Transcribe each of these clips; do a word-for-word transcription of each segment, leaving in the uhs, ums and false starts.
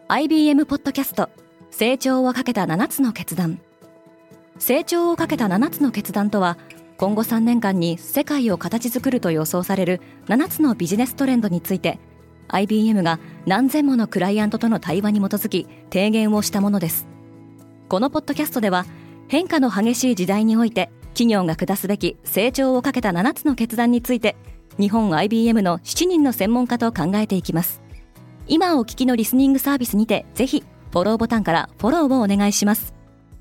アイビーエム ポッドキャスト成長をかけたななつの決断。成長をかけたななつの決断とは、今後さんねんかんに世界を形作ると予想されるななつのビジネストレンドについて アイビーエム が何千ものクライアントとの対話に基づき提言をしたものです。このポッドキャストでは、変化の激しい時代において企業が下すべき成長をかけたななつの決断について、日本 アイビーエム のしちにんの専門家と考えていきます。今お聞きのリスニングサービスにて、ぜひフォローボタンからフォローをお願いします。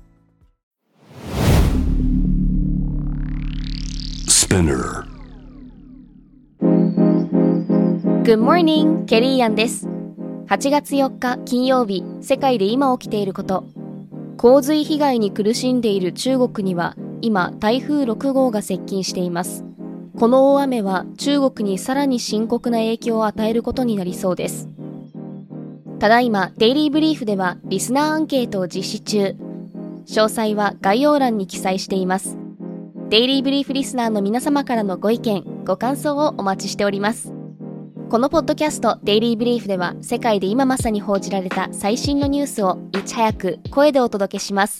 Spinner Good morning! ケリーアンです。はちがつよっか金曜日、世界で今起きていること。洪水被害に苦しんでいる中国には今台風ろくごうが接近しています。この大雨は中国にさらに深刻な影響を与えることになりそうです。ただいまデイリーブリーフではリスナーアンケートを実施中。詳細は概要欄に記載しています。デイリーブリーフリスナーの皆様からのご意見、ご感想をお待ちしております。このポッドキャストデイリーブリーフでは、世界で今まさに報じられた最新のニュースをいち早く声でお届けします。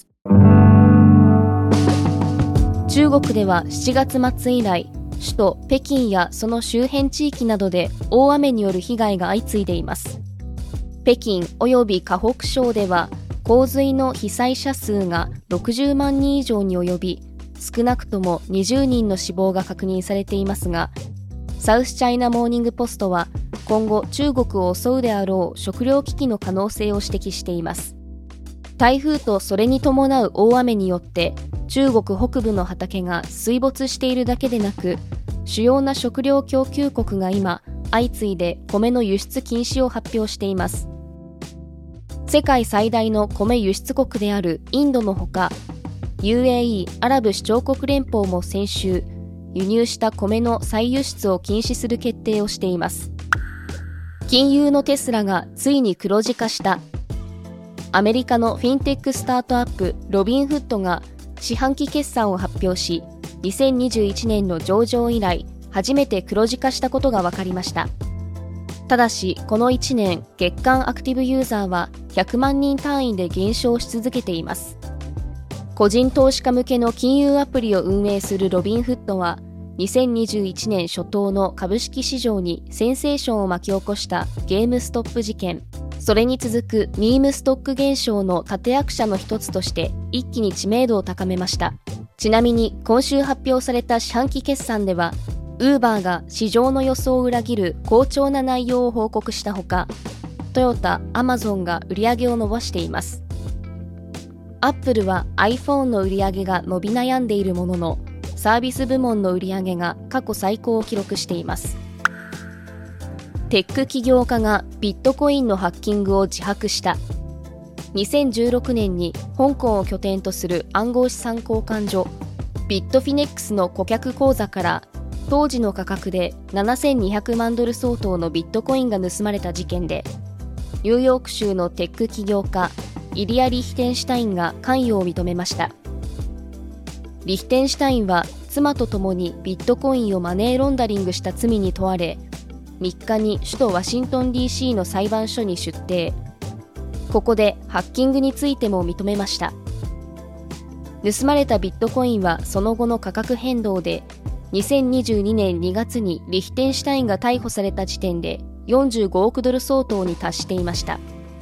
中国ではしちがつ末以来、首都北京やその周辺地域などで大雨による被害が相次いでいます。北京および河北省では洪水の被災者数がろくじゅうまんにん以上に及び、少なくともにじゅうにんの死亡が確認されていますが、サウスチャイナモーニングポストは今後中国を襲うであろう食糧危機の可能性を指摘しています。台風とそれに伴う大雨によって中国北部の畑が水没しているだけでなく、主要な食糧供給国が今相次いで米の輸出禁止を発表しています。世界最大の米輸出国であるインドのほか、 ユーエーイー アラブ首長国連邦も先週、輸入した米の再輸出を禁止する決定をしています。金融のテスラがついに黒字化した。アメリカのフィンテックスタートアップロビンフッドが四半期決算を発表し、にせんにじゅういちねんの上場以来初めて黒字化したことが分かりました。ただしこのいちねん、月間アクティブユーザーはひゃくまんにん単位で減少し続けています。個人投資家向けの金融アプリを運営するロビンフッドは、にせんにじゅういちねん初頭の株式市場にセンセーションを巻き起こしたゲームストップ事件、それに続くミームストック現象の立役者の一つとして一気に知名度を高めました。ちなみに今週発表された四半期決算では、ウーバーが市場の予想を裏切る好調な内容を報告したほか、トヨタ、アマゾンが売り上げを伸ばしています。アップルは iPhone の売り上げが伸び悩んでいるものの、サービス部門の売り上げが過去最高を記録しています。テック起業家がビットコインのハッキングを自白した。にせんじゅうろくねんに香港を拠点とする暗号資産交換所ビットフィネックスの顧客口座から当時の価格でななせんにひゃくまんドル相当のビットコインが盗まれた事件で、ニューヨーク州のテック起業家イリア・リヒテンシュタインが関与を認めました。リヒテンシュタインは妻と共にビットコインをマネーロンダリングした罪に問われ、みっかに首都ワシントン ディーシー の裁判所に出廷。ここでハッキングについても認めました。盗まれたビットコインはその後の価格変動で、にせんにじゅうにねんにがつにリヒテンシュタインが逮捕された時点でよんじゅうごおくドル相当に達していました。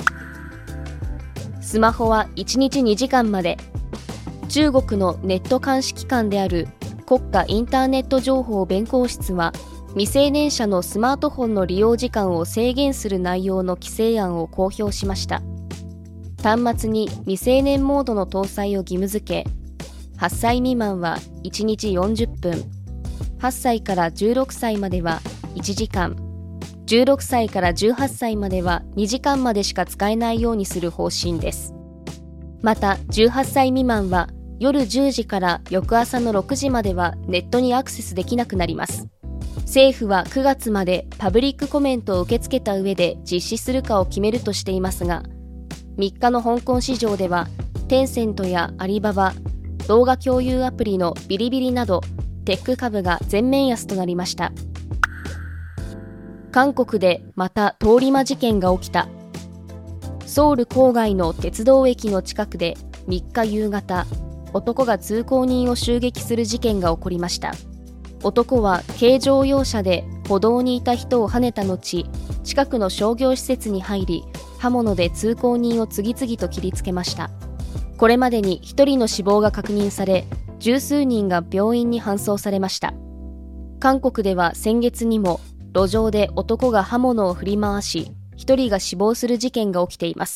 スマホはいちにちにじかんまで。中国のネット監視機関である国家インターネット情報弁公室は、未成年者のスマートフォンの利用時間を制限する内容の規制案を公表しました。端末に未成年モードの搭載を義務付け、はっさい未満はいちにちよんじゅっぷん、はっさいからじゅうろくさいまではいちじかん、じゅうろくさいからじゅうはっさいまではにじかんまでしか使えないようにする方針です。またじゅうはっさい未満は夜じゅうじから翌朝のろくじまではネットにアクセスできなくなります。政府はくがつまでパブリックコメントを受け付けた上で実施するかを決めるとしていますが、みっかの香港市場ではテンセントやアリババ、動画共有アプリのビリビリなどテック株が全面安となりました。韓国でまた通り魔事件が起きた。 ソウル郊外の鉄道駅の近くでみっか夕方、男が通行人を襲撃する事件が起こりました。男は軽乗用車で歩道にいた人をはねた後、近くの商業施設に入り、刃物で通行人を次々と切りつけました。これまでにひとりの死亡が確認され、十数人が病院に搬送されました。韓国では先月にも路上で男が刃物を振り回し、ひとりが死亡する事件が起きています。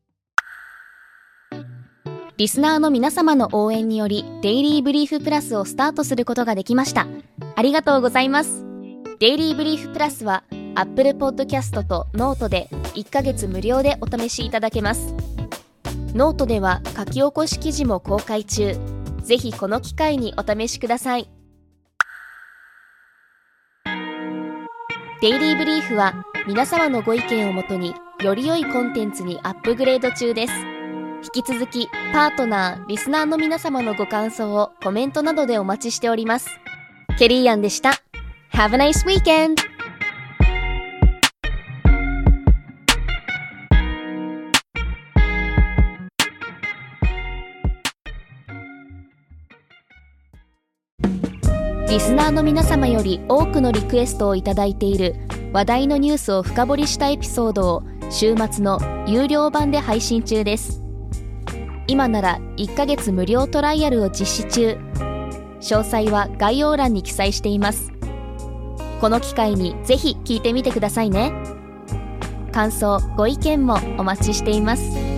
リスナーの皆様の応援によりデイリーブリーフプラスをスタートすることができました。ありがとうございます。デイリーブリーフプラスは Apple Podcast と Note でいっかげつ無料でお試しいただけます。ノートでは書き起こし記事も公開中。ぜひこの機会にお試しください。デイリーブリーフは皆様のご意見をもとにより良いコンテンツにアップグレード中です。引き続きパートナー、リスナーの皆様のご感想をコメントなどでお待ちしております。ケリーアンでした。Have a nice weekend! リスナーの皆様より多くのリクエストをいただいている話題のニュースを深掘りしたエピソードを週末の有料版で配信中です。今ならいっかげつ無料トライアルを実施中。詳細は概要欄に記載しています。この機会にぜひ聞いてみてくださいね。感想、ご意見もお待ちしています。